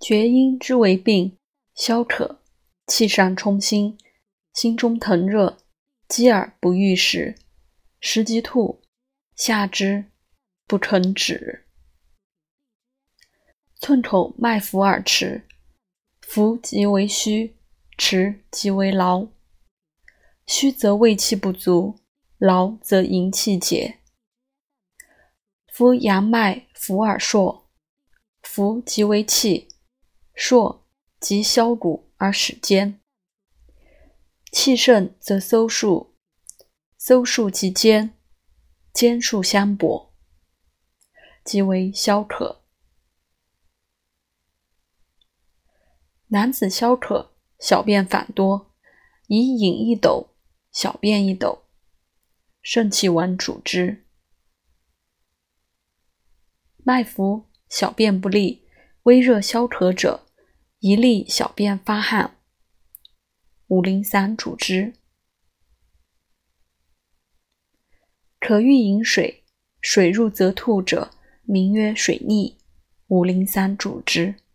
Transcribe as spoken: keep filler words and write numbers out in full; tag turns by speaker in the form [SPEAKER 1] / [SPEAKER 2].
[SPEAKER 1] 厥阴之为病，消渴，气上冲心，心中疼热，饥而不欲食，食即吐，下之，不成止。寸口脉浮而迟，浮即为虚，迟即为劳。虚则胃气不足，劳则营气竭。夫阳脉浮而硕，浮即为气，硕即消谷而使坚。气盛则搜数，搜数即坚，坚数相搏，即为消渴。男子消渴，小便反多，宜饮一斗，小便一斗，肾气稳主之。脉浮，小便不利，微热消渴者，宜利小便发汗，五苓散主之。可欲饮水，水入则吐者，名曰水逆，五苓散主之。